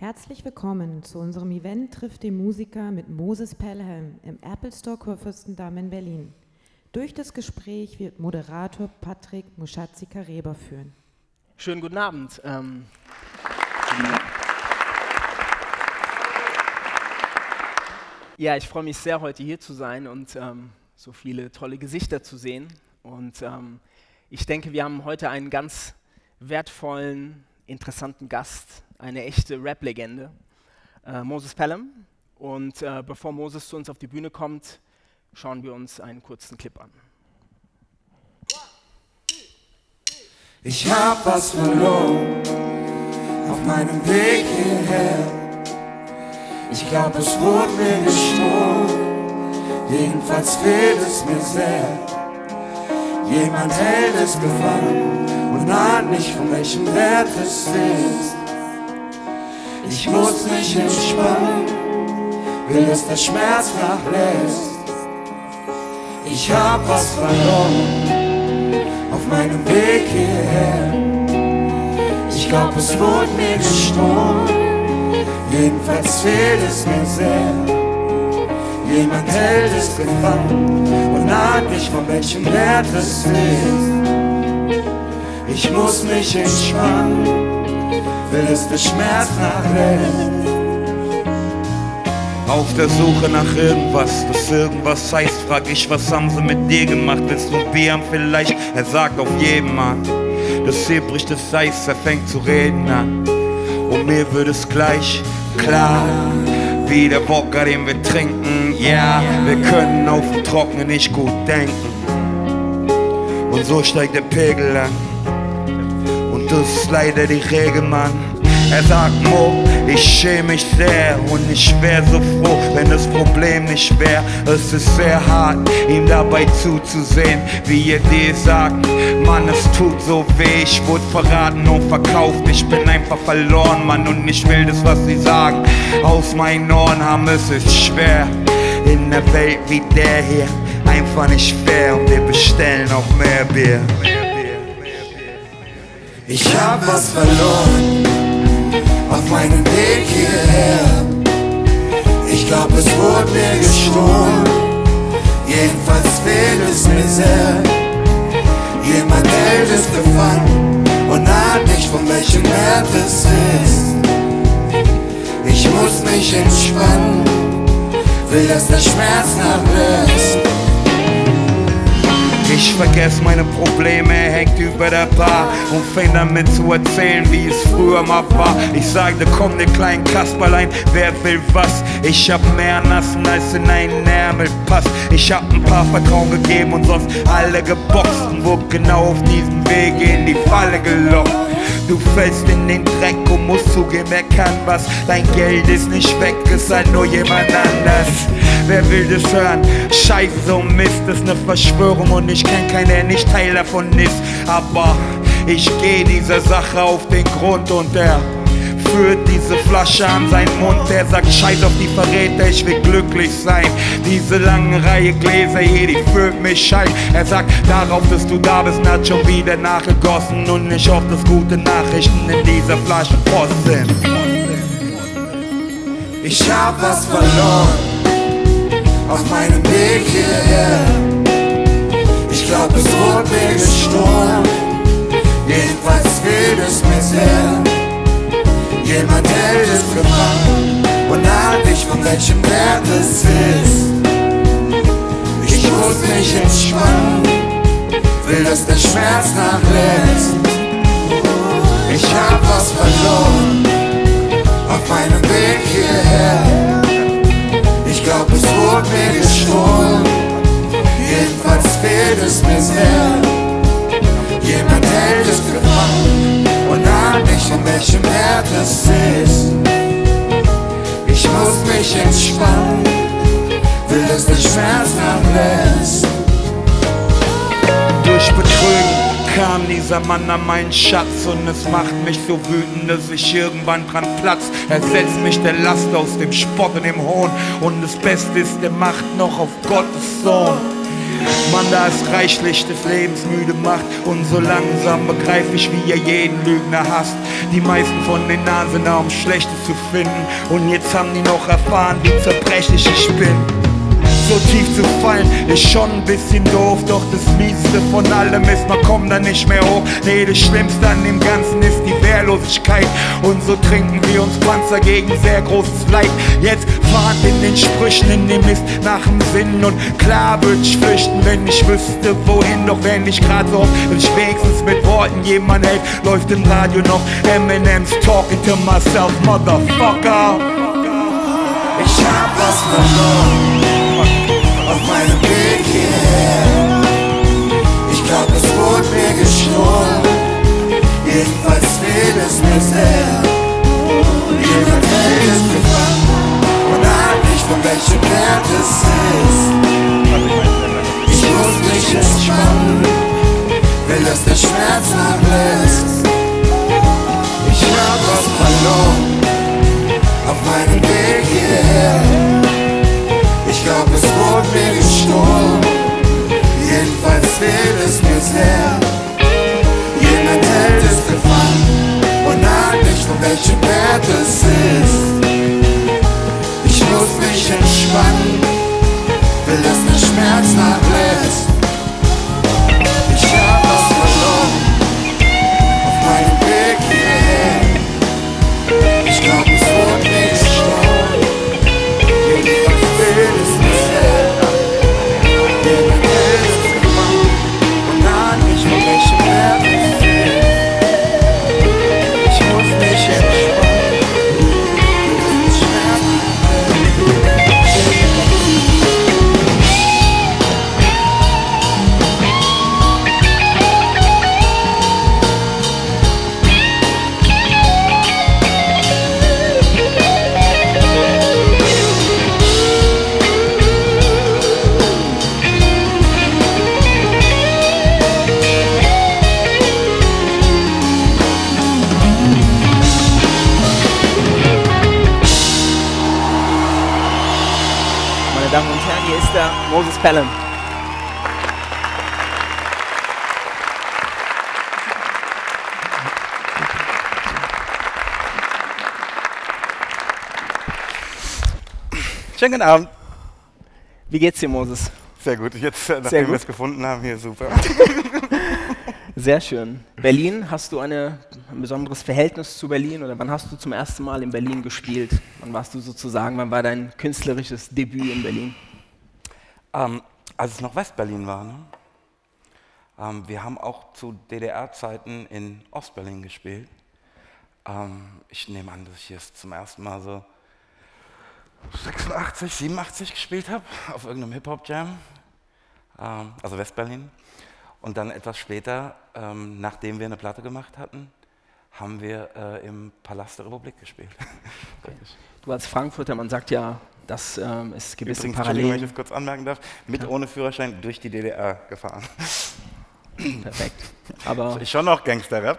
Herzlich willkommen zu unserem Event Trifft den Musiker mit Moses Pelham im Apple Store Kurfürstendamm in Berlin. Durch das Gespräch wird Moderator Patrick Muschatzika-Reber führen. Schönen guten Abend. Ja, ich freue mich sehr, heute hier zu sein und so viele tolle Gesichter zu sehen. Und ich denke, wir haben heute einen ganz wertvollen, interessanten Gast, eine echte Rap-Legende, Moses Pelham. Und bevor Moses zu uns auf die Bühne kommt, schauen wir uns einen kurzen Clip an. Ich hab was verloren auf meinem Weg hierher. Ich glaub, es wurde mir gestohlen, jedenfalls fehlt es mir sehr. Jemand hält es gefangen und ahnt nicht, von welchem Wert es ist. Ich muss mich entspannen, will, dass der Schmerz nachlässt. Ich hab was verloren auf meinem Weg hierher. Ich glaub, es wurde mir gestohlen, jedenfalls fehlt es mir sehr. Jemand hält es gefangen und ahnt nicht, von welchem Wert es ist. Ich muss mich entspannen, will, dass der Schmerz nachlässt. Auf der Suche nach irgendwas, das irgendwas heißt, frag ich, was haben sie mit dir gemacht? Willst du ein Bier haben vielleicht? Er sagt auf jeden Mann, das hier bricht das Eis, er fängt zu reden an. Und mir wird es gleich klar, wie der Wodka, den wir trinken. Ja, wir können auf dem Trockenen nicht gut denken. Und so steigt der Pegel an. Und das ist leider die Regel, Mann. Er sagt, Mo, ich schäme mich sehr und ich wär so froh, wenn das Problem nicht wär. Es ist sehr hart, ihm dabei zuzusehen, wie ihr dir sagt, Mann, es tut so weh, ich wurde verraten und verkauft, ich bin einfach verloren, Mann, und ich will das, was sie sagen, aus meinen Ohren haben, es ist schwer, in der Welt wie der hier, einfach nicht fair, und wir bestellen auch mehr Bier. Ich hab was verloren auf meinem Weg hierher. Ich glaub, es wurde mir gestohlen, jedenfalls fehlt es mir sehr. Jemand hält es gefangen und ahnt nicht, von welchem Wert es ist. Ich muss mich entspannen, will, dass der Schmerz nachlässt. Ich vergess meine Probleme, er hängt über der Bar und fängt damit zu erzählen, wie es früher mal war. Ich sagte, komm, ne kleinen Kasperlein, wer will was? Ich hab mehr Nassen, als in einen Ärmel passt. Ich hab ein paar Vertrauen gegeben und sonst alle geboxt und wurde genau auf diesem Weg in die Falle gelockt. Du fällst in den Dreck und musst zugeben, er kann was. Dein Geld ist nicht weg, ist halt nur jemand anders. Wer will das hören? Scheiße, so Mist, ist ne Verschwörung und ich kenn keinen, der nicht Teil davon ist. Aber ich geh dieser Sache auf den Grund und er führt diese Flasche an seinen Mund. Der sagt, scheiß auf die Verräter, ich will glücklich sein. Diese lange Reihe Gläser hier, die führt mich heim. Er sagt, darauf, dass du da bist, hat schon wieder nachgegossen. Und ich hoffe, dass gute Nachrichten in dieser Flasche Post sind. Ich hab was verloren auf meinem Weg hierher. Ich glaub, es wurde mir gestohlen, jedenfalls fehlt es mir sehr. Jemand hält es gefangen und ahnt nicht, von welchem Wert es ist. Ich muss mich entspannen, will, dass der Schmerz nachlässt. Ich hab was verloren auf meinem Weg hierher. Ich glaub, es wurde mir gestohlen, jedenfalls fehlt es mir sehr. Jemand hält es gefangen und ahnt nicht, in welchem Wert es ist. Ich muss mich entspannen, will, dass der Schmerz nachlässt. Durch Betrügen kam dieser Mann an meinen Schatz und es macht mich so wütend, dass ich irgendwann dran platz. Er setzt mich der Last aus dem Spott und dem Hohn und das Beste ist, der macht noch auf Gottes Sohn. Mann, da ist reichlich des Lebens müde macht. Und so langsam begreif ich, wie ihr jeden Lügner hasst. Die meisten von den Nasen sind da, um Schlechtes zu finden. Und jetzt haben die noch erfahren, wie zerbrechlich ich bin. So tief zu fallen ist schon ein bisschen doof. Doch das Mieseste von allem ist, man kommt da nicht mehr hoch. Nee, das Schlimmste an dem Ganzen ist die Wehrlosigkeit. Und so trinken wir uns Panzer gegen sehr großes Leid. Jetzt fahren in den Sprüchen, in dem Mist nach dem Sinn. Und klar würde ich flüchten, wenn ich wüsste wohin. Doch wenn ich grad so hoffe, dass ich wenigstens mit Worten jemand hält, läuft im Radio noch Eminem's Talking to Myself, Motherfucker. Ich hab was verloren auf meinem Weg hierher. Ich glaub, es wurde mir gestohlen. Jedenfalls fehlt es mir sehr. Jemand hält es gefangen und ahnt nicht, von welchem Wert es ist. Ich muss mich entspannen, will, dass der Schmerz nachlässt. Ich hab was verloren auf meinem Weg hierher. Ich glaub, es wurde mir gestohlen. Jedenfalls fehlt es mir sehr. Jemand hält es gefangen und ahnt nicht, von welchem Wert es ist. Ich muss mich entspannen, will, dass der Schmerz nachlässt. Ich hab was verloren auf meinem Weg hierher. Ich glaub, es wurde mir gestohlen. Jedenfalls fehlt es mir sehr. Jemand hält es gefangen und ahnt nicht, von welchem Wert es ist. Ich muss mich entspannen, will, dass der Schmerz Meine Damen und Herren, hier ist der Moses Pelham. Schönen guten Abend. Wie geht's dir, Moses? Sehr gut, jetzt Sehr nachdem gut. wir es gefunden haben, hier super. Sehr schön. Berlin, hast du ein besonderes Verhältnis zu Berlin oder wann hast du zum ersten Mal in Berlin gespielt? Wann warst du sozusagen, wann war dein künstlerisches Debüt in Berlin? Als es noch Westberlin war, ne? Wir haben auch zu DDR-Zeiten in Ostberlin gespielt. Ich nehme an, dass ich hier zum ersten Mal so 86, 87 gespielt habe, auf irgendeinem Hip-Hop-Jam, also Westberlin. Und dann etwas später, nachdem wir eine Platte gemacht hatten, haben wir im Palast der Republik gespielt. Du als Frankfurter, man sagt ja, dass es gewisse Übrigens, wenn ich Parallelen... das kurz anmerken darf, mit ohne Führerschein durch die DDR gefahren. Perfekt. Aber Ist schon noch Gangster-Rap.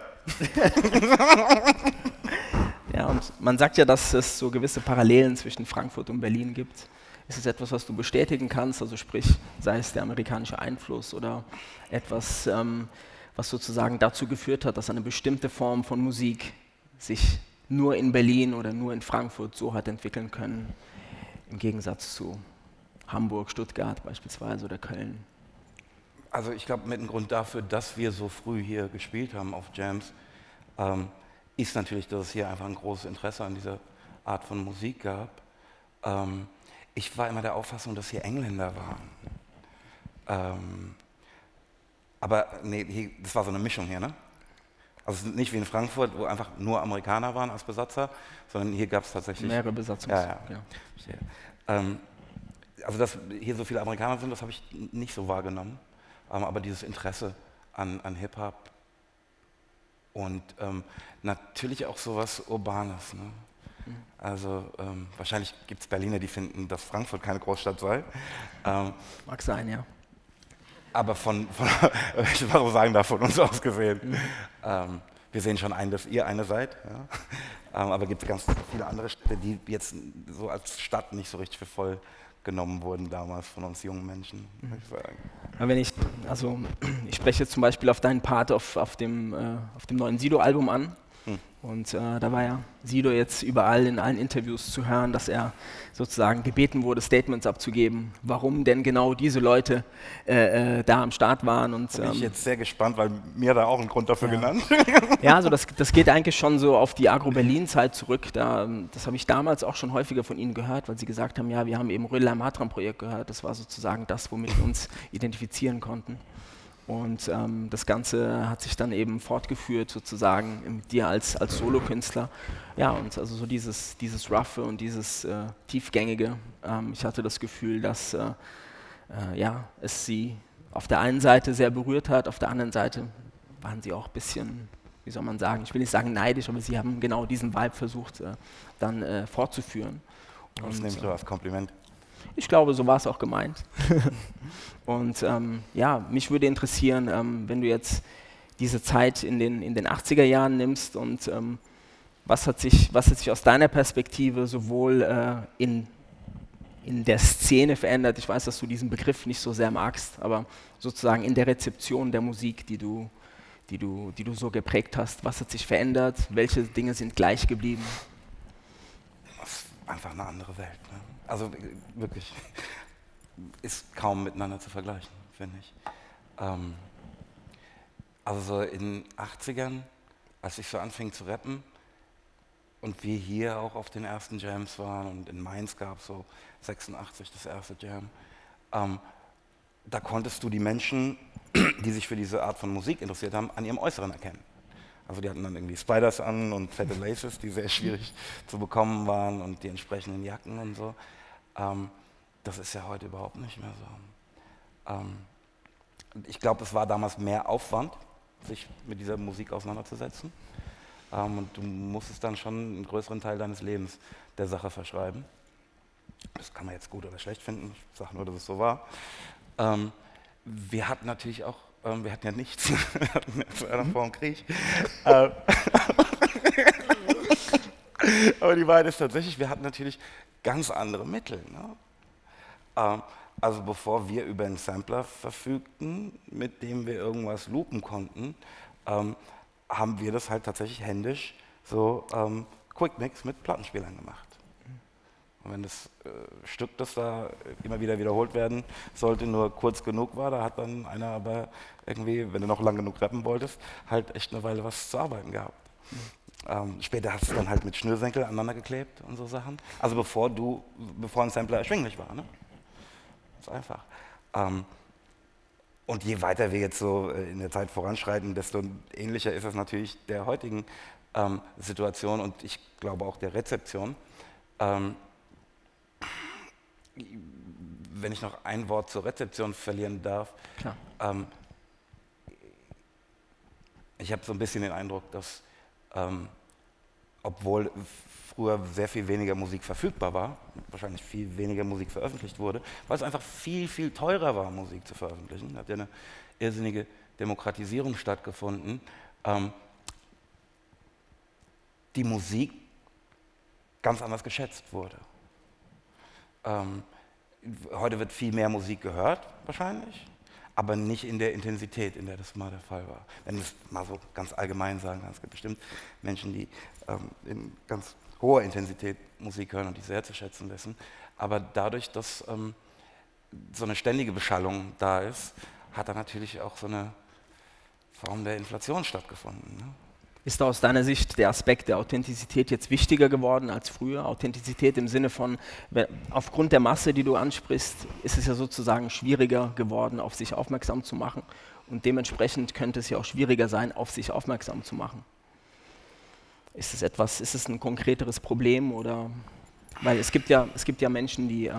ja, und man sagt ja, dass es so gewisse Parallelen zwischen Frankfurt und Berlin gibt. Ist es etwas, was du bestätigen kannst, also sprich, sei es der amerikanische Einfluss oder etwas, was sozusagen dazu geführt hat, dass eine bestimmte Form von Musik sich nur in Berlin oder nur in Frankfurt so hat entwickeln können, im Gegensatz zu Hamburg, Stuttgart beispielsweise oder Köln? Also ich glaube, mit dem Grund dafür, dass wir so früh hier gespielt haben auf Jams, ist natürlich, dass es hier einfach ein großes Interesse an dieser Art von Musik gab. Ich war immer der Auffassung, dass hier Engländer waren. Aber nee, das war so eine Mischung hier, ne? Also nicht wie in Frankfurt, wo einfach nur Amerikaner waren als Besatzer, sondern hier gab es tatsächlich... Mehrere Besatzungs... Ja. Also dass hier so viele Amerikaner sind, das habe ich nicht so wahrgenommen. Aber dieses Interesse an Hip-Hop und natürlich auch sowas Urbanes. Ne? Also wahrscheinlich gibt es Berliner, die finden, dass Frankfurt keine Großstadt sei. Mag sein, ja. Aber ich würde sagen, da von uns aus gesehen. Wir sehen schon ein, dass ihr eine seid. Ja? Aber gibt es ganz viele andere Städte, die jetzt so als Stadt nicht so richtig für voll genommen wurden damals von uns jungen Menschen, würde ich sagen. Ich spreche jetzt zum Beispiel auf deinen Part auf dem neuen Sido-Album an. Und da war ja Sido jetzt überall in allen Interviews zu hören, dass er sozusagen gebeten wurde, Statements abzugeben, warum denn genau diese Leute da am Start waren. Und, bin ich jetzt sehr gespannt, weil mir da auch ein Grund dafür genannt. Ja, also das geht eigentlich schon so auf die Agro-Berlin-Zeit zurück. Das habe ich damals auch schon häufiger von ihnen gehört, weil sie gesagt haben, ja, wir haben eben Rödel am Matram-Projekt gehört. Das war sozusagen das, womit wir uns identifizieren konnten. Und das Ganze hat sich dann eben fortgeführt, sozusagen mit dir als Solokünstler. Ja, und also so dieses Roughe und dieses Tiefgängige. Ich hatte das Gefühl, dass es sie auf der einen Seite sehr berührt hat, auf der anderen Seite waren sie auch ein bisschen, wie soll man sagen, ich will nicht sagen neidisch, aber sie haben genau diesen Vibe versucht, dann fortzuführen. Das nehme ich so als Kompliment. Ich glaube, so war es auch gemeint. Und mich würde interessieren, wenn du jetzt diese Zeit in den 80er Jahren nimmst und was hat sich aus deiner Perspektive sowohl in der Szene verändert? Ich weiß, dass du diesen Begriff nicht so sehr magst, aber sozusagen in der Rezeption der Musik, die du so geprägt hast. Was hat sich verändert? Welche Dinge sind gleich geblieben? Das ist einfach eine andere Welt. Ne? Also wirklich, ist kaum miteinander zu vergleichen, finde ich. Also so in den 80ern, als ich so anfing zu rappen und wir hier auch auf den ersten Jams waren und in Mainz gab es so 86 das erste Jam, da konntest du die Menschen, die sich für diese Art von Musik interessiert haben, an ihrem Äußeren erkennen. Also die hatten dann irgendwie Spiders an und fette Laces, die sehr schwierig zu bekommen waren und die entsprechenden Jacken und so. Das ist ja heute überhaupt nicht mehr so. Ich glaube, es war damals mehr Aufwand, sich mit dieser Musik auseinanderzusetzen. Und du musstest dann schon einen größeren Teil deines Lebens der Sache verschreiben. Das kann man jetzt gut oder schlecht finden, ich sage nur, dass es so war. Wir hatten natürlich auch, wir hatten ja nichts, wir hatten ja zu einer Form Krieg. Aber die Wahrheit ist tatsächlich, wir hatten natürlich ganz andere Mittel. Ne? Also bevor wir über einen Sampler verfügten, mit dem wir irgendwas loopen konnten, haben wir das halt tatsächlich händisch so Quickmix mit Plattenspielern gemacht. Und wenn das Stück, das da immer wieder wiederholt werden sollte, nur kurz genug war, da hat dann einer aber irgendwie, wenn du noch lang genug rappen wolltest, halt echt eine Weile was zu arbeiten gehabt. Später hast du dann halt mit Schnürsenkel aneinander geklebt und so Sachen. Also bevor ein Sampler erschwinglich war. Ne? Das ist einfach. Und je weiter wir jetzt so in der Zeit voranschreiten, desto ähnlicher ist es natürlich der heutigen Situation und ich glaube auch der Rezeption. Wenn ich noch ein Wort zur Rezeption verlieren darf. Ich habe so ein bisschen den Eindruck, dass obwohl früher sehr viel weniger Musik verfügbar war, wahrscheinlich viel weniger Musik veröffentlicht wurde, weil es einfach viel, viel teurer war, Musik zu veröffentlichen. Da hat ja eine irrsinnige Demokratisierung stattgefunden. Die Musik ganz anders geschätzt wurde. Heute wird viel mehr Musik gehört, wahrscheinlich, aber nicht in der Intensität, in der das mal der Fall war. Wenn wir es mal so ganz allgemein sagen, es gibt bestimmt Menschen, die in ganz hoher Intensität Musik hören und die sehr zu schätzen wissen. Aber dadurch, dass so eine ständige Beschallung da ist, hat da natürlich auch so eine Form der Inflation stattgefunden. Ne? Ist da aus deiner Sicht der Aspekt der Authentizität jetzt wichtiger geworden als früher? Authentizität im Sinne von, aufgrund der Masse, die du ansprichst, ist es ja sozusagen schwieriger geworden, auf sich aufmerksam zu machen. Und dementsprechend könnte es ja auch schwieriger sein, auf sich aufmerksam zu machen. Ist es ein konkreteres Problem? Oder, weil es gibt ja Menschen, die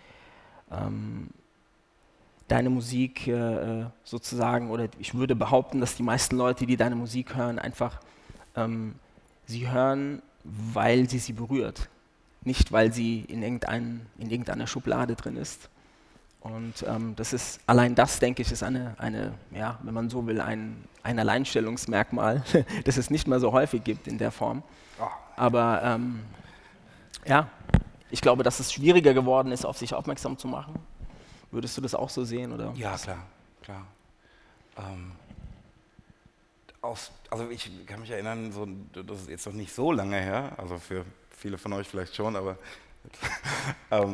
deine Musik sozusagen, oder ich würde behaupten, dass die meisten Leute, die deine Musik hören, einfach sie hören, weil sie berührt. Nicht, weil sie in irgendeiner Schublade drin ist. Und das ist, allein das, denke ich, ist eine, ja, wenn man so will, ein Alleinstellungsmerkmal, das es nicht mehr so häufig gibt in der Form. Aber ja. Ich glaube, dass es schwieriger geworden ist, auf sich aufmerksam zu machen. Würdest du das auch so sehen? Oder? Ja, klar. Also ich kann mich erinnern, so, das ist jetzt noch nicht so lange her, also für viele von euch vielleicht schon, aber also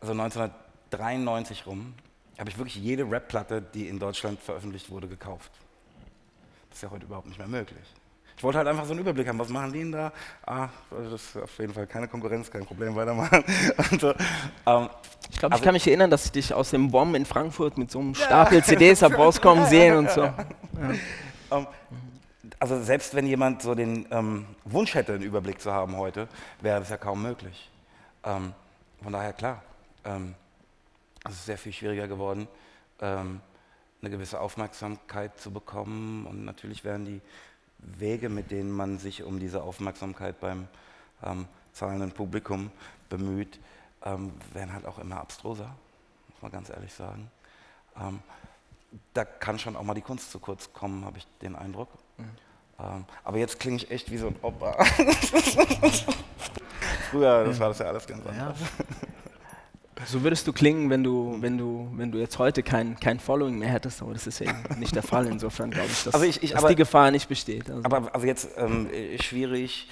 1993 rum habe ich wirklich jede Rap-Platte, die in Deutschland veröffentlicht wurde, gekauft. Das ist ja heute überhaupt nicht mehr möglich. Ich wollte halt einfach so einen Überblick haben, was machen die denn da? Das ist auf jeden Fall keine Konkurrenz, kein Problem, weitermachen. Und so, ich glaube, ich kann mich erinnern, dass ich dich aus dem WOM in Frankfurt mit so einem Stapel CDs habe rauskommen sehen und so. Ja. Also selbst wenn jemand so den Wunsch hätte, einen Überblick zu haben heute, wäre das ja kaum möglich. Von daher klar, es ist sehr viel schwieriger geworden, eine gewisse Aufmerksamkeit zu bekommen, und natürlich werden die Wege, mit denen man sich um diese Aufmerksamkeit beim zahlenden Publikum bemüht, werden halt auch immer abstruser, muss man ganz ehrlich sagen. Da kann schon auch mal die Kunst zu kurz kommen, habe ich den Eindruck. Aber jetzt klinge ich echt wie so ein Opa. Früher, das war das ja alles ganz anders. So würdest du klingen, wenn du jetzt heute kein Following mehr hättest, aber das ist ja nicht der Fall. Insofern glaube ich, dass, dass die Gefahr nicht besteht. Also. Aber jetzt schwierig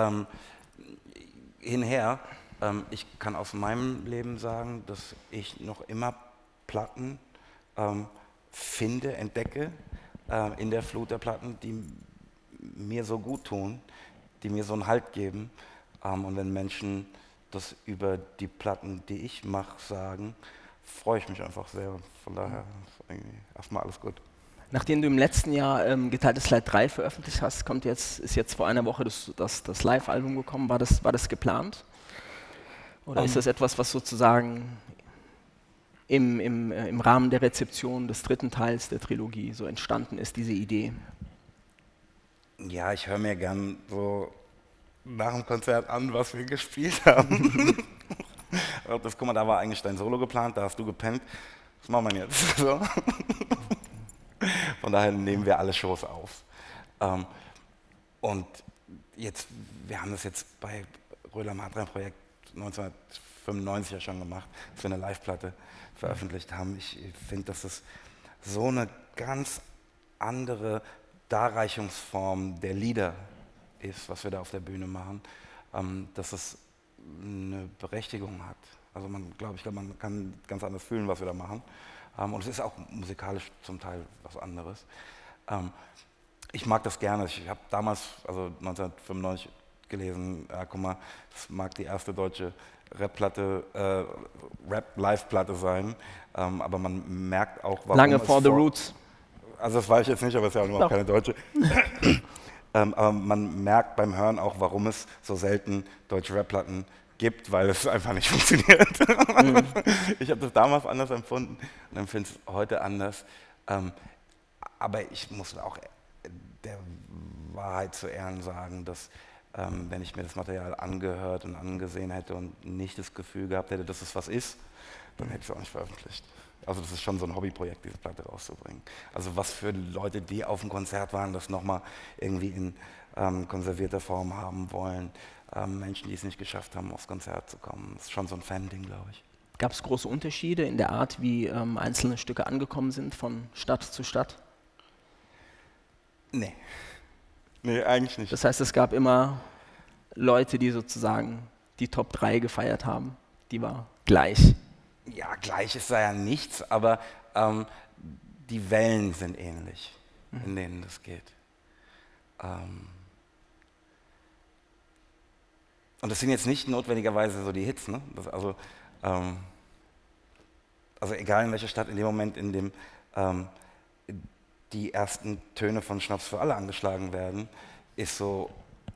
hinher. Ich kann aus meinem Leben sagen, dass ich noch immer Platten finde, entdecke in der Flut der Platten, die mir so gut tun, die mir so einen Halt geben. Und wenn Menschen das über die Platten, die ich mache, sagen, freue ich mich einfach sehr. Von daher ist irgendwie erstmal alles gut. Nachdem du im letzten Jahr Geteiltes Leid 3 veröffentlicht hast, ist jetzt vor einer Woche das Live-Album gekommen. War das geplant? Oder ist das etwas, was sozusagen im Rahmen der Rezeption des dritten Teils der Trilogie so entstanden ist, diese Idee? Ja, ich höre mir gern so nach dem Konzert an, was wir gespielt haben. Guck mal, da war eigentlich dein Solo geplant, da hast du gepennt. Was machen wir jetzt? So. Von daher nehmen wir alle Shows auf. Und jetzt, wir haben das jetzt bei Röhler Martrein-Projekt 1995 ja schon gemacht, dass wir eine Live-Platte veröffentlicht haben. Ich finde, dass es so eine ganz andere Darreichungsform der Lieder ist, was wir da auf der Bühne machen, dass es eine Berechtigung hat. Also man kann ganz anders fühlen, was wir da machen. Und es ist auch musikalisch zum Teil was anderes. Ich mag das gerne. Ich habe damals, also 1995, gelesen, guck mal, das mag die erste deutsche Rap-Live-Platte sein, aber man merkt auch, warum Lange vor The Roots. Also das weiß ich jetzt nicht, aber es ist ja auch noch keine deutsche. Aber man merkt beim Hören auch, warum es so selten deutsche Rap-Platten gibt, weil es einfach nicht funktioniert. Ich habe das damals anders empfunden und empfinde es heute anders. Aber ich muss auch der Wahrheit zu Ehren sagen, dass wenn ich mir das Material angehört und angesehen hätte und nicht das Gefühl gehabt hätte, dass es was ist, dann hätte ich es auch nicht veröffentlicht. Also das ist schon so ein Hobbyprojekt, diese Platte rauszubringen. Also was für Leute, die auf dem Konzert waren, das nochmal irgendwie in konservierter Form haben wollen. Menschen, die es nicht geschafft haben, aufs Konzert zu kommen. Das ist schon so ein Fan-Ding, glaube ich. Gab es große Unterschiede in der Art, wie einzelne Stücke angekommen sind, von Stadt zu Stadt? Nee, eigentlich nicht. Das heißt, es gab immer Leute, die sozusagen die Top 3 gefeiert haben. Die war gleich. Ja, gleich ist da ja nichts, aber die Wellen sind ähnlich, in denen das geht. Und das sind jetzt nicht notwendigerweise so die Hits, ne? Also egal in welcher Stadt, in dem Moment, in dem die ersten Töne von Schnaps für alle angeschlagen werden, ist so.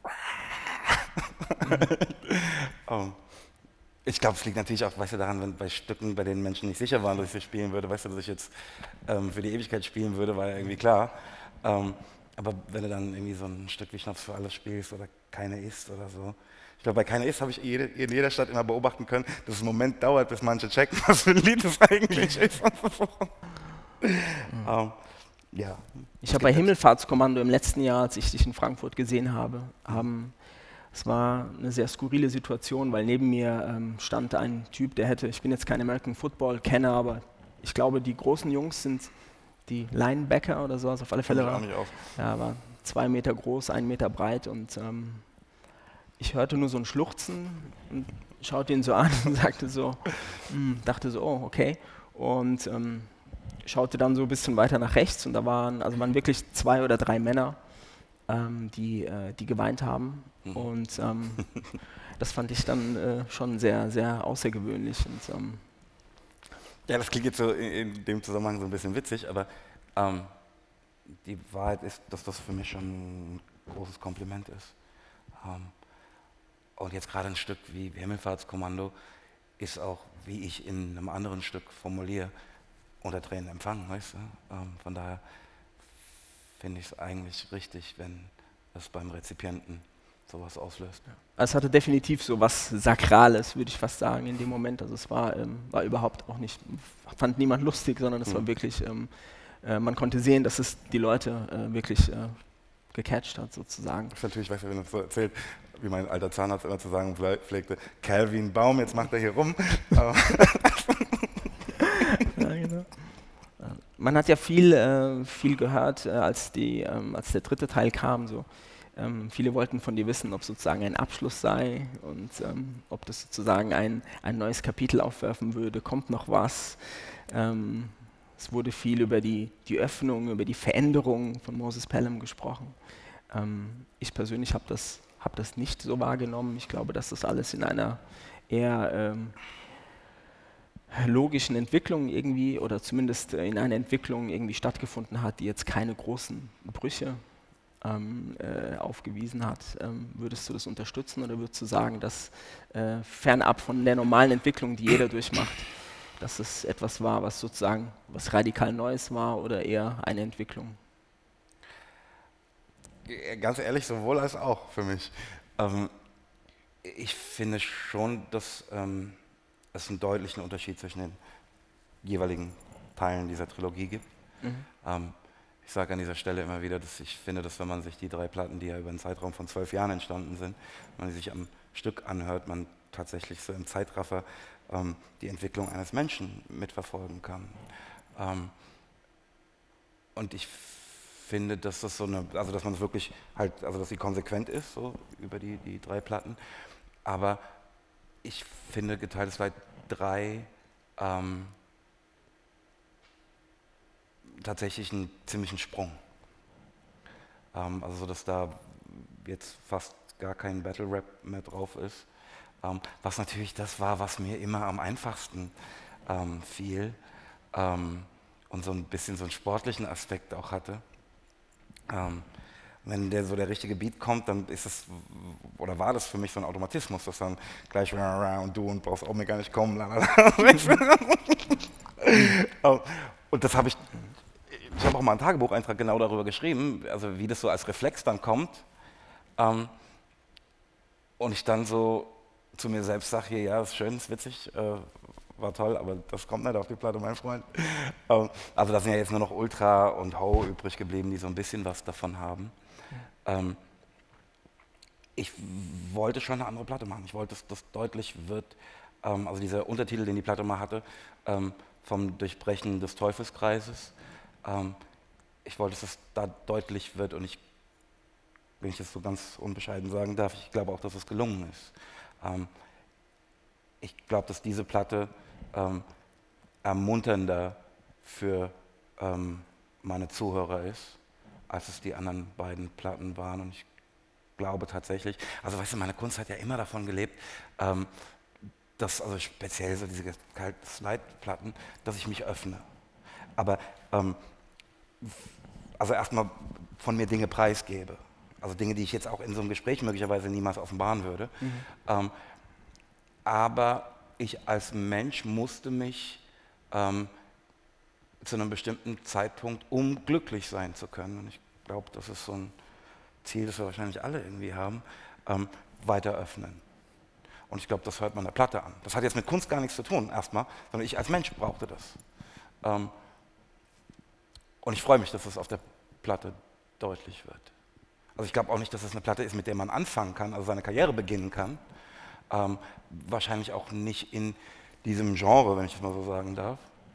Ich glaube, es liegt natürlich auch, weißt du, daran, wenn bei Stücken, bei denen Menschen nicht sicher waren, dass ich sie spielen würde, weißt du, dass ich jetzt für die Ewigkeit spielen würde, war ja irgendwie klar. Aber wenn du dann irgendwie so ein Stück wie Schnaps für alle spielst oder Keine ist oder so. Ich glaube, bei Keine ist habe ich in jeder Stadt immer beobachten können, dass es einen Moment dauert, bis manche checken, was für ein Lied das eigentlich ist. Ja. Ich habe bei Himmelfahrtskommando im letzten Jahr, als ich dich in Frankfurt gesehen habe, haben Es war eine sehr skurrile Situation, weil neben mir stand ein Typ, ich bin jetzt kein American Football-Kenner, aber ich glaube, die großen Jungs sind die Linebacker oder sowas, auf alle Fälle war 2 Meter groß, 1 Meter breit und ich hörte nur so ein Schluchzen und schaute ihn so an und dachte so, oh, okay. Und schaute dann so ein bisschen weiter nach rechts und da waren wirklich 2 oder 3 Männer, die geweint haben. Und das fand ich dann schon sehr, sehr außergewöhnlich. Und, ja, das klingt jetzt so in dem Zusammenhang so ein bisschen witzig, aber die Wahrheit ist, dass das für mich schon ein großes Kompliment ist. Und jetzt gerade ein Stück wie Himmelfahrtskommando ist auch, wie ich in einem anderen Stück formuliere, unter Tränen empfangen, weißt du? Von daher finde ich es eigentlich richtig, wenn es beim Rezipienten sowas auslöst. Ja. Es hatte definitiv so was Sakrales, würde ich fast sagen, in dem Moment. Also es war überhaupt auch nicht, fand niemand lustig, sondern es war wirklich, man konnte sehen, dass es die Leute wirklich gecatcht hat, sozusagen. Das ist natürlich, weißt du, wenn du so erzählt, wie mein alter Zahnarzt immer zu sagen pflegte, Calvin Baum, jetzt macht er hier rum. Ja, genau. Man hat ja viel gehört, als der 3. Teil kam. So. Viele wollten von dir wissen, ob sozusagen ein Abschluss sei und ob das sozusagen ein neues Kapitel aufwerfen würde. Kommt noch was? Es wurde viel über die Öffnung, über die Veränderung von Moses Pelham gesprochen. Ich persönlich habe das nicht so wahrgenommen. Ich glaube, dass das alles in einer eher logischen Entwicklung irgendwie oder zumindest in einer Entwicklung irgendwie stattgefunden hat, die jetzt keine großen Brüche aufgewiesen hat. Würdest du das unterstützen oder würdest du sagen, dass fernab von der normalen Entwicklung, die jeder durchmacht, dass es etwas war, was sozusagen was radikal Neues war oder eher eine Entwicklung? Ganz ehrlich, sowohl als auch für mich. Ich finde schon, dass es einen deutlichen Unterschied zwischen den jeweiligen Teilen dieser Trilogie gibt. Ich sage an dieser Stelle immer wieder, dass ich finde, dass wenn man sich die 3 Platten, die ja über einen Zeitraum von 12 Jahren entstanden sind, wenn man die sich am Stück anhört, man tatsächlich so im Zeitraffer die Entwicklung eines Menschen mitverfolgen kann. Und ich finde, dass das dass man es wirklich halt, dass sie konsequent ist, so über die 3 Platten. Aber ich finde Geteiltes Leid 3 tatsächlich einen ziemlichen Sprung. Also dass da jetzt fast gar kein Battle Rap mehr drauf ist. Was natürlich das war, was mir immer am einfachsten fiel und so ein bisschen so einen sportlichen Aspekt auch hatte. Wenn der richtige Beat kommt, dann ist es, oder war das für mich so ein Automatismus, dass dann gleich und du und brauchst auch mir gar nicht kommen. Und das habe ich habe auch mal einen Tagebucheintrag genau darüber geschrieben, also wie das so als Reflex dann kommt. Und ich dann so zu mir selbst sage, hier, ja, ist schön, ist witzig, war toll, aber das kommt nicht auf die Platte, mein Freund. Also da sind ja jetzt nur noch Ultra und Ho übrig geblieben, die so ein bisschen was davon haben. Ich wollte schon eine andere Platte machen. Ich wollte, dass das deutlich wird, also dieser Untertitel, den die Platte mal hatte, vom Durchbrechen des Teufelskreises. Ich wollte, dass es da deutlich wird und wenn ich das so ganz unbescheiden sagen darf, ich glaube auch, dass es gelungen ist. Ich glaube, dass diese Platte ermunternder für meine Zuhörer ist, als es die anderen beiden Platten waren. Und ich glaube tatsächlich, also weißt du, meine Kunst hat ja immer davon gelebt, dass, also speziell so diese Slide-Platten, dass ich mich öffne. Aber also erstmal von mir Dinge preisgebe. Also Dinge, die ich jetzt auch in so einem Gespräch möglicherweise niemals offenbaren würde. Aber ich als Mensch musste mich zu einem bestimmten Zeitpunkt, um glücklich sein zu können, und ich glaube, das ist so ein Ziel, das wir wahrscheinlich alle irgendwie haben, weiter öffnen. Und ich glaube, das hört man der Platte an. Das hat jetzt mit Kunst gar nichts zu tun, erstmal, sondern ich als Mensch brauchte das. Und ich freue mich, dass es auf der Platte deutlich wird. Also ich glaube auch nicht, dass es eine Platte ist, mit der man anfangen kann, also seine Karriere beginnen kann. Wahrscheinlich auch nicht in diesem Genre, wenn ich das mal so sagen darf.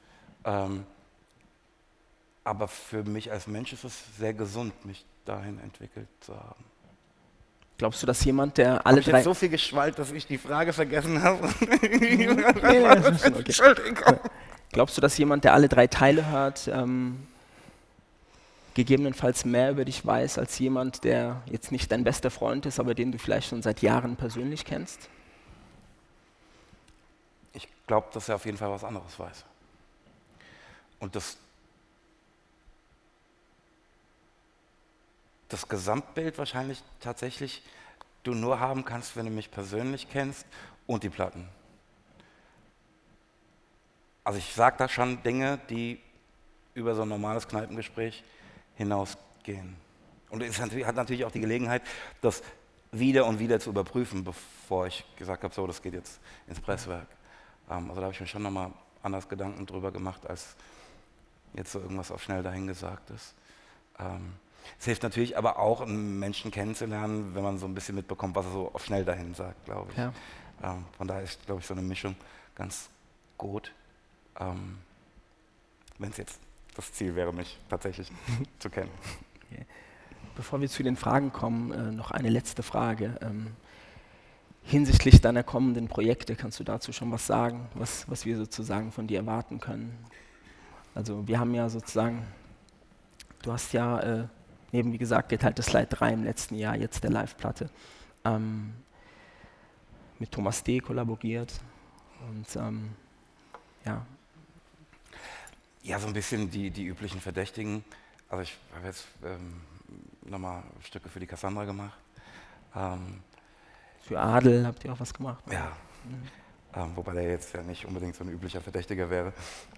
Aber für mich als Mensch ist es sehr gesund, mich dahin entwickelt zu haben. Glaubst du, dass jemand, der alle Ich drei... habe so viel geschwallt, dass ich die Frage vergessen habe. Okay. Entschuldigung. Glaubst du, dass jemand, der alle 3 Teile hört, gegebenenfalls mehr über dich weiß, als jemand, der jetzt nicht dein bester Freund ist, aber den du vielleicht schon seit Jahren persönlich kennst? Ich glaube, dass er auf jeden Fall was anderes weiß. Und das Gesamtbild wahrscheinlich tatsächlich du nur haben kannst, wenn du mich persönlich kennst und die Platten. Also ich sage da schon Dinge, die über so ein normales Kneipengespräch hinausgehen. Und es hat natürlich auch die Gelegenheit, das wieder und wieder zu überprüfen, bevor ich gesagt habe, so, das geht jetzt ins Presswerk. Also da habe ich mir schon nochmal anders Gedanken drüber gemacht, als jetzt so irgendwas auf schnell dahingesagtes. Es hilft natürlich aber auch, einen Menschen kennenzulernen, wenn man so ein bisschen mitbekommt, was er so auf schnell dahin sagt, glaube ich. Ja. Von daher ist, glaube ich, so eine Mischung ganz gut. Wenn es jetzt das Ziel wäre, mich tatsächlich zu kennen. Okay. Bevor wir zu den Fragen kommen, noch eine letzte Frage. Hinsichtlich deiner kommenden Projekte, kannst du dazu schon was sagen, was wir sozusagen von dir erwarten können? Also wir haben ja sozusagen, du hast ja neben, wie gesagt, Geteiltes Leid 3 im letzten Jahr, jetzt der Live-Platte, mit Thomas D. kollaboriert und ja. Ja, so ein bisschen die üblichen Verdächtigen. Also ich habe jetzt nochmal Stücke für die Cassandra gemacht. Für Adel habt ihr auch was gemacht? Ja, wobei der jetzt ja nicht unbedingt so ein üblicher Verdächtiger wäre.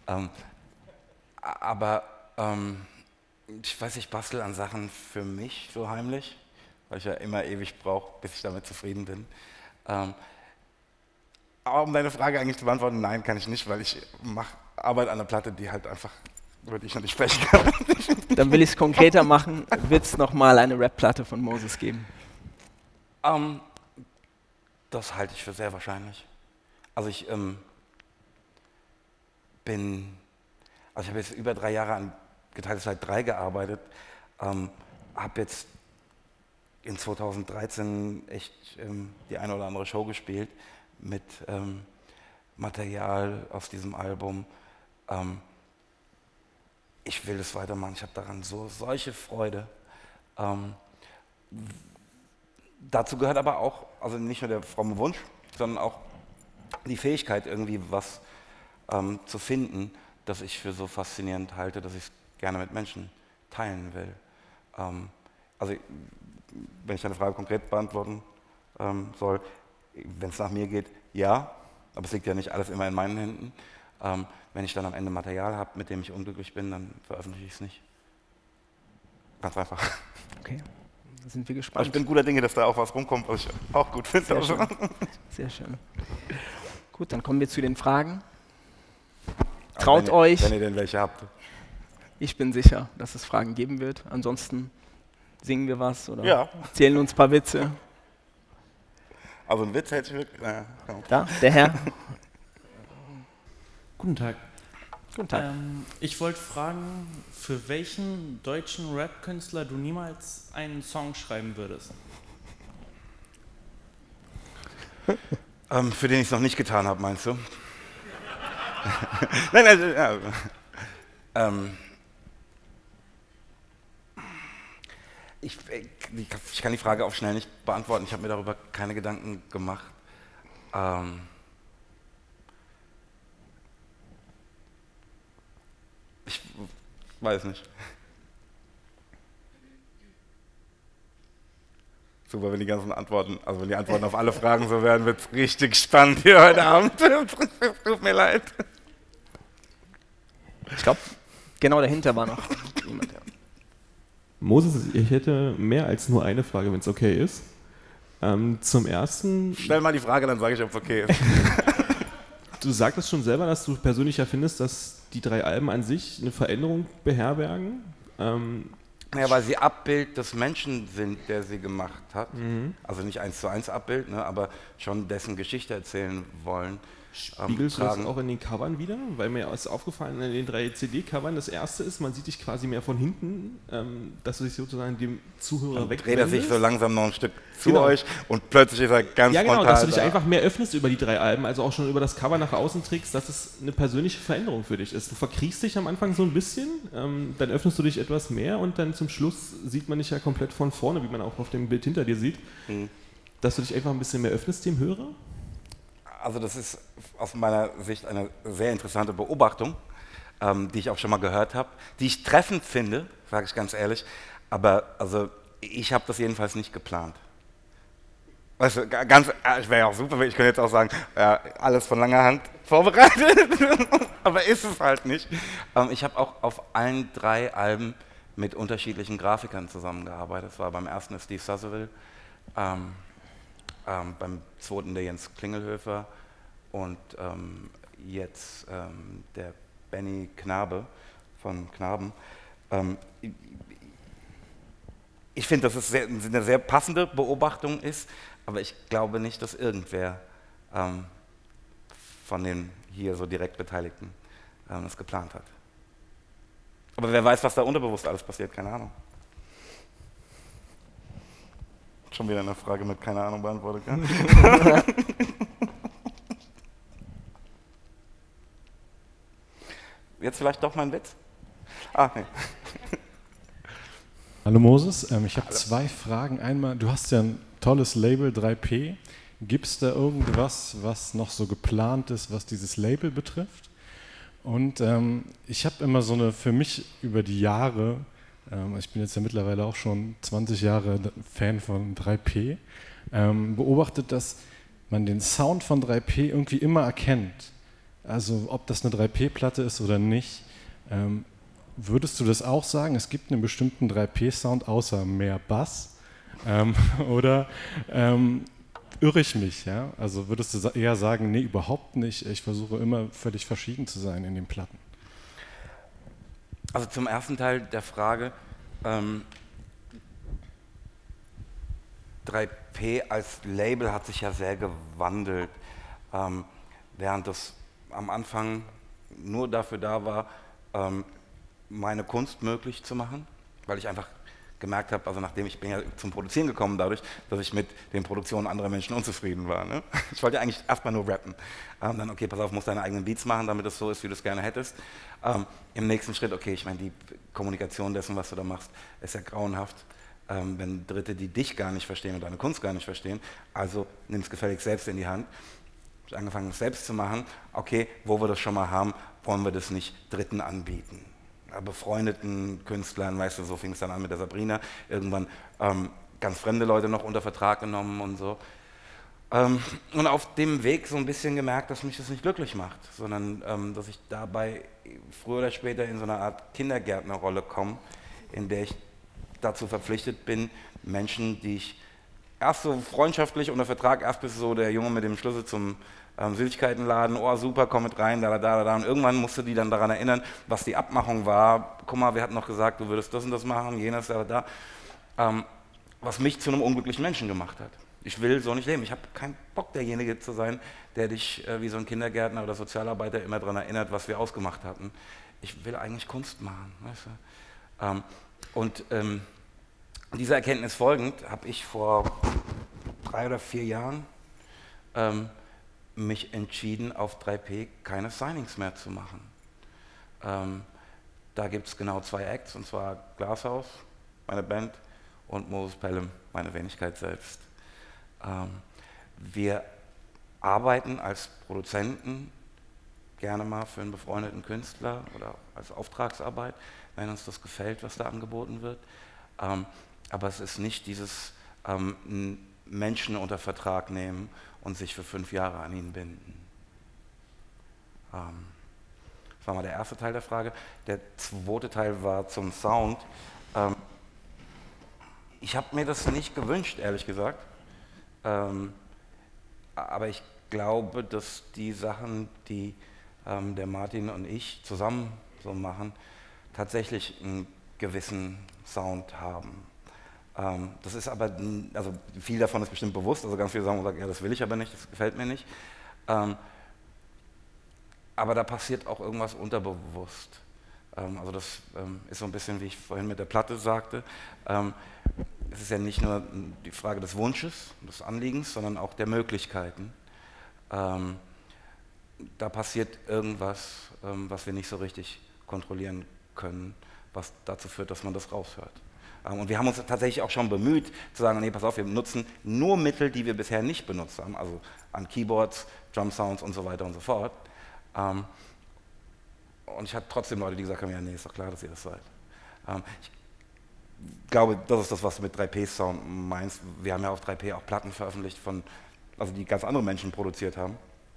Aber ich weiß, ich bastel an Sachen für mich so heimlich, weil ich ja immer ewig brauche, bis ich damit zufrieden bin. Aber um deine Frage eigentlich zu beantworten, nein, kann ich nicht, weil ich mache Arbeit an einer Platte, die halt einfach, über die ich noch nicht sprechen kann. Dann will ich es konkreter machen. Wird es nochmal eine Rap-Platte von Moses geben? Das halte ich für sehr wahrscheinlich. Also ich habe jetzt über 3 Jahre an Geteiltes Leid 3 gearbeitet, habe jetzt in 2013 echt die eine oder andere Show gespielt mit Material aus diesem Album. Ich will das weitermachen, ich habe daran solche Freude. Dazu gehört aber auch, also nicht nur der fromme Wunsch, sondern auch die Fähigkeit, irgendwie was zu finden, das ich für so faszinierend halte, dass ich es gerne mit Menschen teilen will. Also, wenn ich deine Frage konkret beantworten soll, wenn es nach mir geht, ja, aber es liegt ja nicht alles immer in meinen Händen. Wenn ich dann am Ende Material habe, mit dem ich unglücklich bin, dann veröffentliche ich es nicht. Ganz einfach. Okay, da sind wir Aber gespannt. ich bin guter Dinge, dass da auch was rumkommt, was ich auch gut finde. Sehr schön. Sehr schön. Gut, dann kommen wir zu den Fragen. Traut wenn euch. Wenn ihr denn welche habt. Ich bin sicher, dass es Fragen geben wird. Ansonsten singen wir was oder Ja. erzählen uns ein paar Witze. Also ein Witz hätte ich wirklich. Ja. Da, der Herr. Guten Tag. Guten Tag. Ich wollte fragen, für welchen deutschen Rap-Künstler du niemals einen Song schreiben würdest? Für den ich es noch nicht getan habe, meinst du? Nein, also, ja. Ich kann die Frage auch schnell nicht beantworten. Ich habe mir darüber keine Gedanken gemacht. Ich weiß nicht. Super, wenn die ganzen Antworten, also wenn die Antworten auf alle Fragen so werden, wird es richtig spannend hier heute Abend. Tut mir leid. Ich glaube, genau dahinter war noch jemand. Ja. Moses, ich hätte mehr als nur eine Frage, wenn es okay ist. Zum ersten, Stell mal die Frage, dann sage ich, ob es okay ist. du sagtest schon selber, dass du persönlich ja findest, dass die 3 Alben an sich eine Veränderung beherbergen. Naja, weil sie Abbild des Menschen sind, der sie gemacht hat. Also nicht 1:1 Abbild, ne, aber schon dessen Geschichte erzählen wollen. Spiegelst du das auch in den Covern wieder? Weil mir ist aufgefallen, in den 3 CD-Covern, das erste ist, man sieht dich quasi mehr von hinten, dass du dich sozusagen dem Zuhörer wegwendest. Dreht er sich so langsam noch ein Stück zu Genau. euch und plötzlich ist er ganz Ja, genau, frontal dass du dich da. einfach mehr öffnest über die 3 Alben, also auch schon über das Cover nach außen trägst, dass es eine persönliche Veränderung für dich ist. Du verkriechst dich am Anfang so ein bisschen, dann öffnest du dich etwas mehr und dann zum Schluss sieht man dich ja komplett von vorne, wie man auch auf dem Bild hinter dir sieht, dass du dich einfach ein bisschen mehr öffnest dem Hörer. Also das ist aus meiner Sicht eine sehr interessante Beobachtung, die ich auch schon mal gehört habe, die ich treffend finde, sage ich ganz ehrlich, aber also ich habe das jedenfalls nicht geplant. Weißt du, ich wäre ja auch super, ich könnte jetzt auch sagen, ja, alles von langer Hand vorbereitet, aber ist es halt nicht. Ich habe auch auf allen 3 Alben mit unterschiedlichen Grafikern zusammengearbeitet. Das war beim ersten der Steve Sazerville, beim zweiten der Jens Klingelhöfer und jetzt der Benny Knabe von Knaben. Ich finde, dass es eine sehr passende Beobachtung ist, aber ich glaube nicht, dass irgendwer von den hier so direkt Beteiligten das geplant hat. Aber wer weiß, was da unterbewusst alles passiert, keine Ahnung. Schon wieder eine Frage mit keine Ahnung beantwortet, gell? Jetzt vielleicht doch mein Witz? Nee. Hallo Moses, ich habe 2 Fragen. Einmal, du hast ja ein tolles Label 3P. Gibt es da irgendwas, was noch so geplant ist, was dieses Label betrifft? Und ich habe immer so eine, für mich über die Jahre, ich bin jetzt ja mittlerweile auch schon 20 Jahre Fan von 3P, beobachtet, dass man den Sound von 3P irgendwie immer erkennt. Also ob das eine 3P-Platte ist oder nicht. Würdest du das auch sagen? Es gibt einen bestimmten 3P-Sound außer mehr Bass? Oder irre ich mich? Ja? Also würdest du eher sagen, nee, überhaupt nicht. Ich versuche immer völlig verschieden zu sein in den Platten. Also zum ersten Teil der Frage, 3P als Label hat sich ja sehr gewandelt, während das am Anfang nur dafür da war, meine Kunst möglich zu machen, weil ich einfach gemerkt habe, also nachdem ich bin ja zum Produzieren gekommen dadurch, dass ich mit den Produktionen anderer Menschen unzufrieden war. Ne? Ich wollte ja eigentlich erstmal nur rappen. Dann, okay, pass auf, musst deine eigenen Beats machen, damit es so ist, wie du es gerne hättest. Im nächsten Schritt, okay, ich meine, die Kommunikation dessen, was du da machst, ist ja grauenhaft, wenn Dritte, die dich gar nicht verstehen und deine Kunst gar nicht verstehen, also nimm es gefälligst selbst in die Hand. Ich habe angefangen, es selbst zu machen. Okay, wo wir das schon mal haben, wollen wir das nicht Dritten anbieten. Befreundeten Künstlern, weißt du, so fing es dann an mit der Sabrina, irgendwann ganz fremde Leute noch unter Vertrag genommen und so. Und auf dem Weg so ein bisschen gemerkt, dass mich das nicht glücklich macht, sondern dass ich dabei früher oder später in so eine Art Kindergärtnerrolle komme, in der ich dazu verpflichtet bin, Menschen, die ich erst so freundschaftlich unter Vertrag, erst bis so der Junge mit dem Schlüssel zum Süßigkeitenladen, oh super, komm mit rein, da. Und irgendwann musste die dann daran erinnern, was die Abmachung war. Guck mal, wir hatten noch gesagt, du würdest das und das machen, jenes, da. Was mich zu einem unglücklichen Menschen gemacht hat. Ich will so nicht leben. Ich habe keinen Bock, derjenige zu sein, der dich wie so ein Kindergärtner oder Sozialarbeiter immer daran erinnert, was wir ausgemacht hatten. Ich will eigentlich Kunst machen, weißt du? Dieser Erkenntnis folgend habe ich vor 3 oder 4 Jahren mich entschieden, auf 3P keine Signings mehr zu machen. Da gibt es genau 2 Acts, und zwar Glashaus, meine Band, und Moses Pelham, meine Wenigkeit selbst. Wir arbeiten als Produzenten gerne mal für einen befreundeten Künstler oder als Auftragsarbeit, wenn uns das gefällt, was da angeboten wird. Aber es ist nicht dieses Menschen unter Vertrag nehmen und sich für 5 Jahre an ihn binden. Das war mal der erste Teil der Frage. Der zweite Teil war zum Sound. Ich habe mir das nicht gewünscht, ehrlich gesagt. Aber ich glaube, dass die Sachen, die der Martin und ich zusammen so machen, tatsächlich ein gewissen Sound haben. Das ist aber, also viel davon ist bestimmt bewusst, also ganz viele sagen, ja, das will ich aber nicht, das gefällt mir nicht. Aber da passiert auch irgendwas unterbewusst. Also das ist so ein bisschen, wie ich vorhin mit der Platte sagte. Es ist ja nicht nur die Frage des Wunsches, des Anliegens, sondern auch der Möglichkeiten. Da passiert irgendwas, was wir nicht so richtig kontrollieren können, was dazu führt, dass man das raushört. Und wir haben uns tatsächlich auch schon bemüht, zu sagen, nee, pass auf, wir nutzen nur Mittel, die wir bisher nicht benutzt haben, also an Keyboards, Drum Sounds und so weiter und so fort. Und ich hatte trotzdem Leute, die gesagt haben, ja, nee, ist doch klar, dass ihr das seid. Ich glaube, das ist das, was du mit 3P-Sound meinst. Wir haben ja auf 3P auch Platten veröffentlicht, also die ganz andere Menschen produziert haben.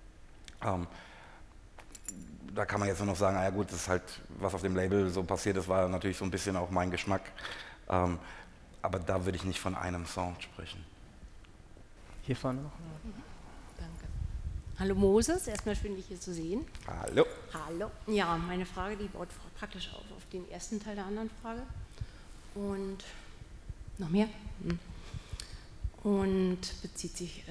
Da kann man jetzt nur noch sagen, ja gut, das ist halt, was auf dem Label so passiert ist, war natürlich so ein bisschen auch mein Geschmack. Aber da würde ich nicht von einem Sound sprechen. Hier vorne noch. Danke. Hallo Moses, erstmal schön, dich hier zu sehen. Hallo. Hallo. Ja, meine Frage, die baut praktisch auf den ersten Teil der anderen Frage. Und noch mehr? Und bezieht sich,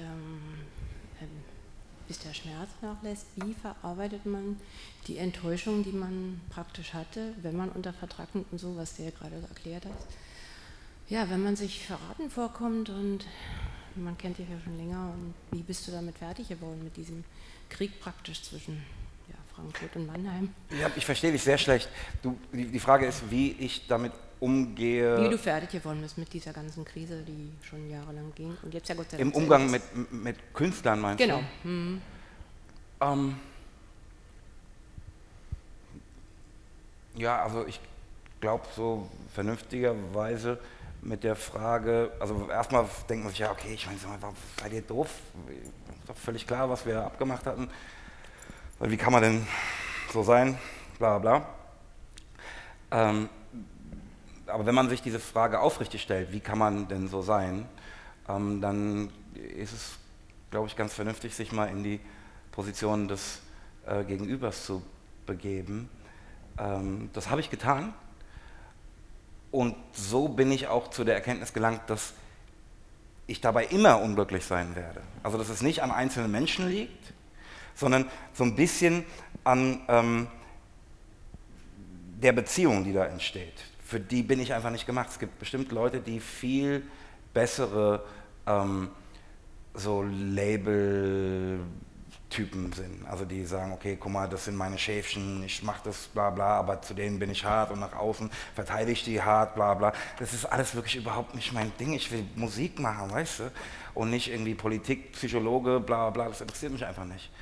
bis der Schmerz nachlässt, wie verarbeitet man die Enttäuschung, die man praktisch hatte, wenn man unter Vertrag und so, was du ja gerade erklärt hast. Ja, wenn man sich verraten vorkommt und man kennt dich ja schon länger, und wie bist du damit fertig geworden mit diesem Krieg praktisch zwischen Frankfurt und Mannheim? Ja, ich verstehe dich sehr schlecht. Die Frage ist, wie ich damit umgehe. Wie du fertig geworden bist mit dieser ganzen Krise, die schon jahrelang ging und jetzt ja Gott sei Dank. Im Umgang mit Künstlern meinst du? Genau. Ja, also ich glaube so vernünftigerweise mit der Frage, also erstmal denkt man sich, ja okay, ich meine, seid ihr doof? Ist doch völlig klar, was wir abgemacht hatten. Wie kann man denn so sein? Bla bla. Aber wenn man sich diese Frage aufrichtig stellt, wie kann man denn so sein, dann ist es, glaube ich, ganz vernünftig, sich mal in die Position des Gegenübers zu begeben. Das habe ich getan. Und so bin ich auch zu der Erkenntnis gelangt, dass ich dabei immer unglücklich sein werde. Also dass es nicht an einzelnen Menschen liegt, sondern so ein bisschen an der Beziehung, die da entsteht. Für die bin ich einfach nicht gemacht. Es gibt bestimmt Leute, die viel bessere so Label-Typen sind. Also die sagen, okay, guck mal, das sind meine Schäfchen, ich mache das bla bla, aber zu denen bin ich hart und nach außen verteidige ich die hart, bla bla. Das ist alles wirklich überhaupt nicht mein Ding. Ich will Musik machen, weißt du? Und nicht irgendwie Politik, Psychologe, bla bla, das interessiert mich einfach nicht.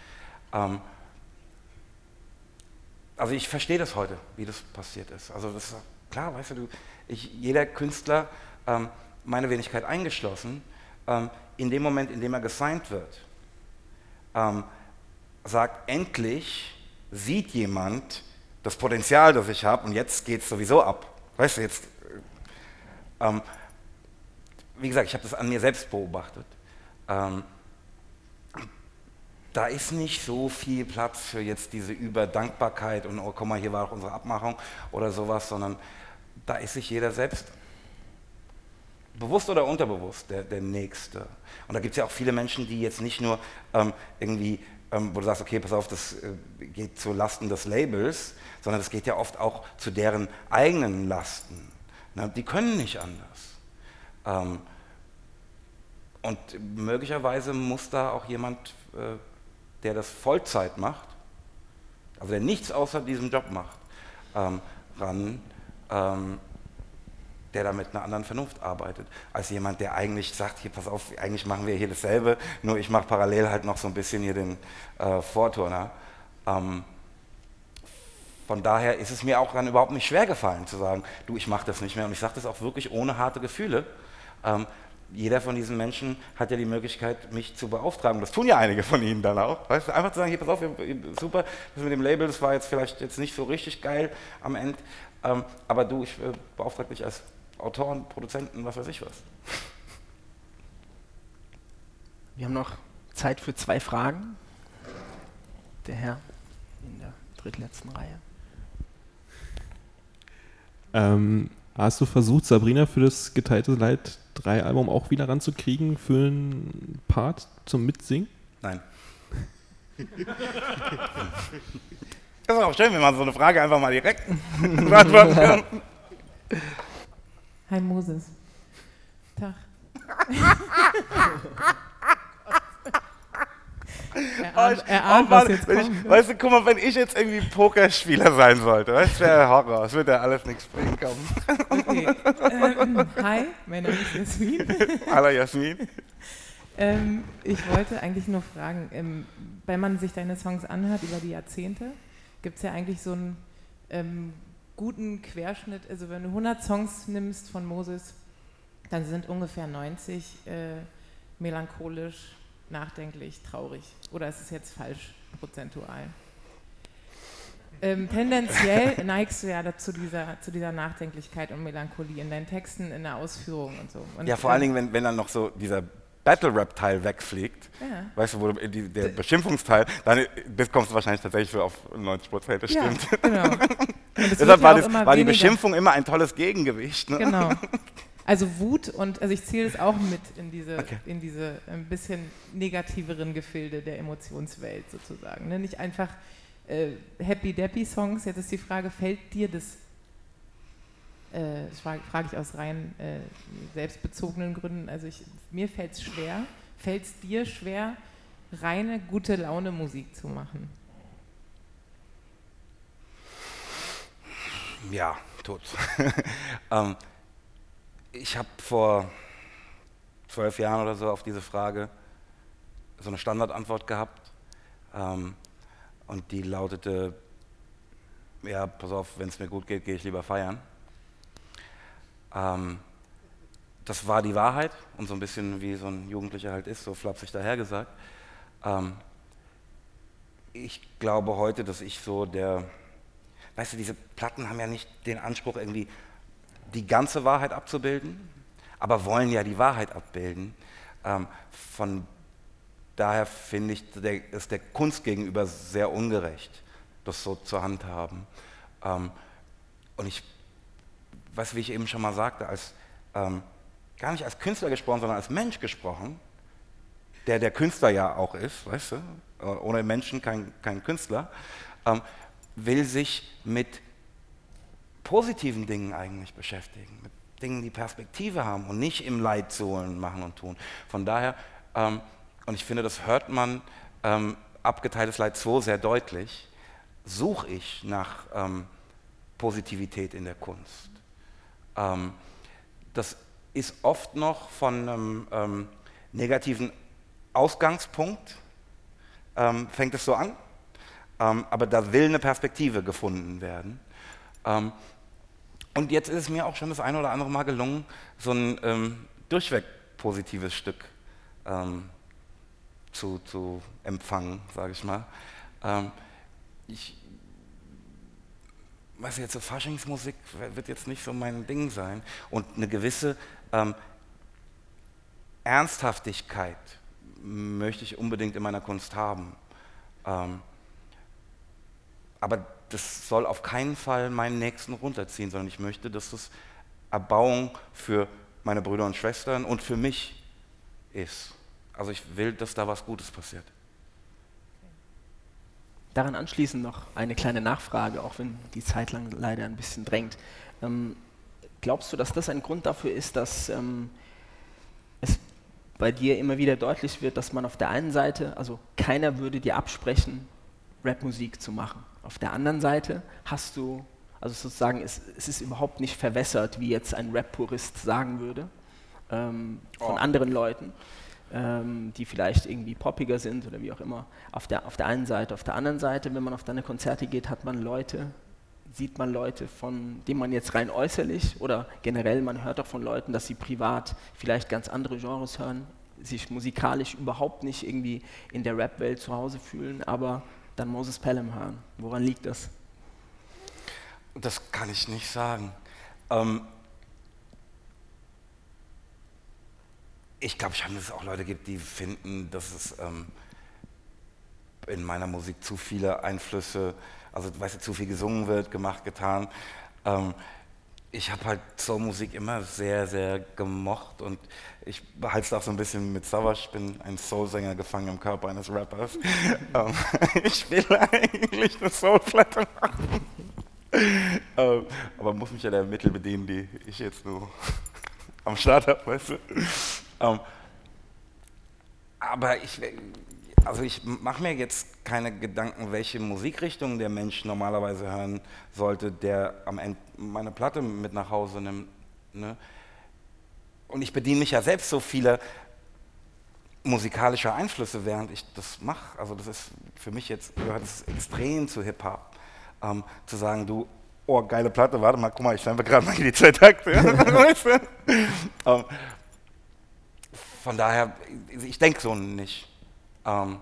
Also ich verstehe das heute, wie das passiert ist. Also das ist klar, weißt du, jeder Künstler, meine Wenigkeit eingeschlossen, in dem Moment, in dem er gesigned wird, sagt, endlich sieht jemand das Potenzial, das ich habe, und jetzt geht es sowieso ab. Weißt du, jetzt, wie gesagt, ich habe das an mir selbst beobachtet. Da ist nicht so viel Platz für jetzt diese Überdankbarkeit und oh, guck mal, hier war auch unsere Abmachung oder sowas, sondern da ist sich jeder selbst bewusst oder unterbewusst der Nächste. Und da gibt es ja auch viele Menschen, die jetzt nicht nur irgendwie, wo du sagst, okay, pass auf, das geht zu Lasten des Labels, sondern das geht ja oft auch zu deren eigenen Lasten. Ne? Die können nicht anders. Und möglicherweise muss da auch jemand, der das Vollzeit macht, also der nichts außer diesem Job macht, ran, der da mit einer anderen Vernunft arbeitet, als jemand, der eigentlich sagt, hier pass auf, eigentlich machen wir hier dasselbe, nur ich mache parallel halt noch so ein bisschen hier den Vorturner. Von daher ist es mir auch dann überhaupt nicht schwer gefallen zu sagen, du, ich mache das nicht mehr, und ich sage das auch wirklich ohne harte Gefühle. Jeder von diesen Menschen hat ja die Möglichkeit, mich zu beauftragen. Das tun ja einige von ihnen dann auch. Weißt du, einfach zu sagen, hier, pass auf, super, das mit dem Label, das war jetzt vielleicht jetzt nicht so richtig geil am Ende, aber du, ich beauftrage dich als Autoren, Produzenten, was weiß ich was. Wir haben noch Zeit für 2 Fragen. Der Herr in der drittletzten Reihe. Hast du versucht, Sabrina für das Geteilte Leid 3 Album auch wieder ranzukriegen für einen Part zum Mitsingen? Nein. Das ist auch schön, wenn man so eine Frage einfach mal direkt beantworten kann. Hi Moses. Tag. Er ahnt, was jetzt kommt. Weißt du, guck mal, wenn ich jetzt irgendwie Pokerspieler sein sollte, das wäre Horror, das würde ja alles nichts bringen. Okay. Hi, mein Name ist Jasmin. Hallo Jasmin. Ich wollte eigentlich nur fragen, wenn man sich deine Songs anhört über die Jahrzehnte, gibt es ja eigentlich so einen guten Querschnitt, also wenn du 100 Songs nimmst von Moses, dann sind ungefähr 90 melancholisch, nachdenklich, traurig. Oder ist es jetzt falsch, prozentual? Tendenziell neigst du ja zu dieser Nachdenklichkeit und Melancholie in deinen Texten, in der Ausführung und so. Und ja, vor allen Dingen, wenn dann noch so dieser Battle-Rap-Teil wegfliegt, ja. Weißt du, wo der Beschimpfungsteil, dann kommst du wahrscheinlich tatsächlich so auf 90%, das stimmt. Ja, genau. Deshalb war die Beschimpfung immer ein tolles Gegengewicht. Ne? Genau. Also Wut also ich zähle es auch mit in diese ein bisschen negativeren Gefilde der Emotionswelt sozusagen. Ne? Nicht einfach Happy-Dappy-Songs. Jetzt ist die Frage, fällt dir das, frage ich aus rein selbstbezogenen Gründen, also mir fällt es dir schwer, reine gute Laune Musik zu machen? Ja, tut's. Ich habe vor 12 Jahren oder so auf diese Frage so eine Standardantwort gehabt und die lautete, ja, pass auf, wenn es mir gut geht, gehe ich lieber feiern. Das war die Wahrheit und so ein bisschen wie so ein Jugendlicher halt ist, so flapsig dahergesagt. Ich glaube heute, dass ich so weißt du, diese Platten haben ja nicht den Anspruch, irgendwie die ganze Wahrheit abzubilden, aber wollen ja die Wahrheit abbilden. Von daher finde ich, ist der Kunst gegenüber sehr ungerecht, das so zur Hand haben. Und ich weiß, wie ich eben schon mal sagte, gar nicht als Künstler gesprochen, sondern als Mensch gesprochen, der Künstler ja auch ist, weißt du, ohne Menschen kein Künstler, will sich mit positiven Dingen eigentlich beschäftigen, mit Dingen, die Perspektive haben und nicht im Leid suhlen, machen und tun. Von daher, und ich finde, das hört man Abgeteiltes Leid 2 sehr deutlich, suche ich nach Positivität in der Kunst. Das ist oft noch von einem negativen Ausgangspunkt, fängt es so an, aber da will eine Perspektive gefunden werden. Und jetzt ist es mir auch schon das eine oder andere Mal gelungen, so ein durchweg positives Stück zu empfangen, sage ich mal. Ich weiß jetzt, so Faschingsmusik wird jetzt nicht so mein Ding sein. Und eine gewisse Ernsthaftigkeit möchte ich unbedingt in meiner Kunst haben. Aber das soll auf keinen Fall meinen Nächsten runterziehen, sondern ich möchte, dass das Erbauung für meine Brüder und Schwestern und für mich ist. Also ich will, dass da was Gutes passiert. Daran anschließend noch eine kleine Nachfrage, auch wenn die Zeit lang leider ein bisschen drängt. Glaubst du, dass das ein Grund dafür ist, dass es bei dir immer wieder deutlich wird, dass man auf der einen Seite, also keiner würde dir absprechen, Rapmusik zu machen. Auf der anderen Seite hast du, also sozusagen, es ist überhaupt nicht verwässert, wie jetzt ein Rap-Purist sagen würde, von anderen Leuten, die vielleicht irgendwie poppiger sind oder wie auch immer, auf der einen Seite. Auf der anderen Seite, wenn man auf deine Konzerte geht, sieht man Leute, von denen man jetzt rein äußerlich oder generell, man hört auch von Leuten, dass sie privat vielleicht ganz andere Genres hören, sich musikalisch überhaupt nicht irgendwie in der Rap-Welt zu Hause fühlen, aber dann Moses Pelham hören. Woran liegt das? Das kann ich nicht sagen. Ich glaube schon, dass es auch Leute gibt, die finden, dass es in meiner Musik zu viele Einflüsse, also weißt du, zu viel gesungen wird, gemacht, getan. Ich habe halt Soulmusik immer sehr, sehr gemocht und ich halte es auch so ein bisschen mit Savage. Ich bin ein Soulsänger gefangen im Körper eines Rappers. Ich will eigentlich eine Soulplatte machen. Aber muss mich ja der Mittel bedienen, die ich jetzt nur am Start habe, weißt du? Aber ich mache mir jetzt keine Gedanken, welche Musikrichtung der Mensch normalerweise hören sollte, der am Ende meine Platte mit nach Hause nimmt. Ne? Und ich bediene mich ja selbst so vieler musikalischer Einflüsse, während ich das mache. Also das ist für mich jetzt, gehört es extrem zu Hip-Hop, zu sagen, du, oh, geile Platte, warte mal, guck mal, ich sample gerade mal die 2 Takte. Weißt du? Von daher, ich denke so nicht. Habe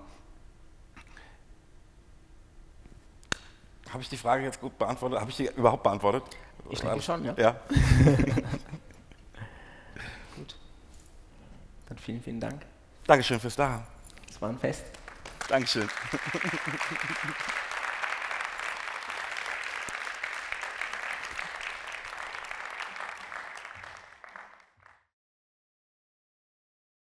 ich die Frage jetzt gut beantwortet? Habe ich die überhaupt beantwortet? Ich denke schon, ja. Ja. Gut. Dann vielen, vielen Dank. Dankeschön fürs Dasein. Es war ein Fest. Dankeschön.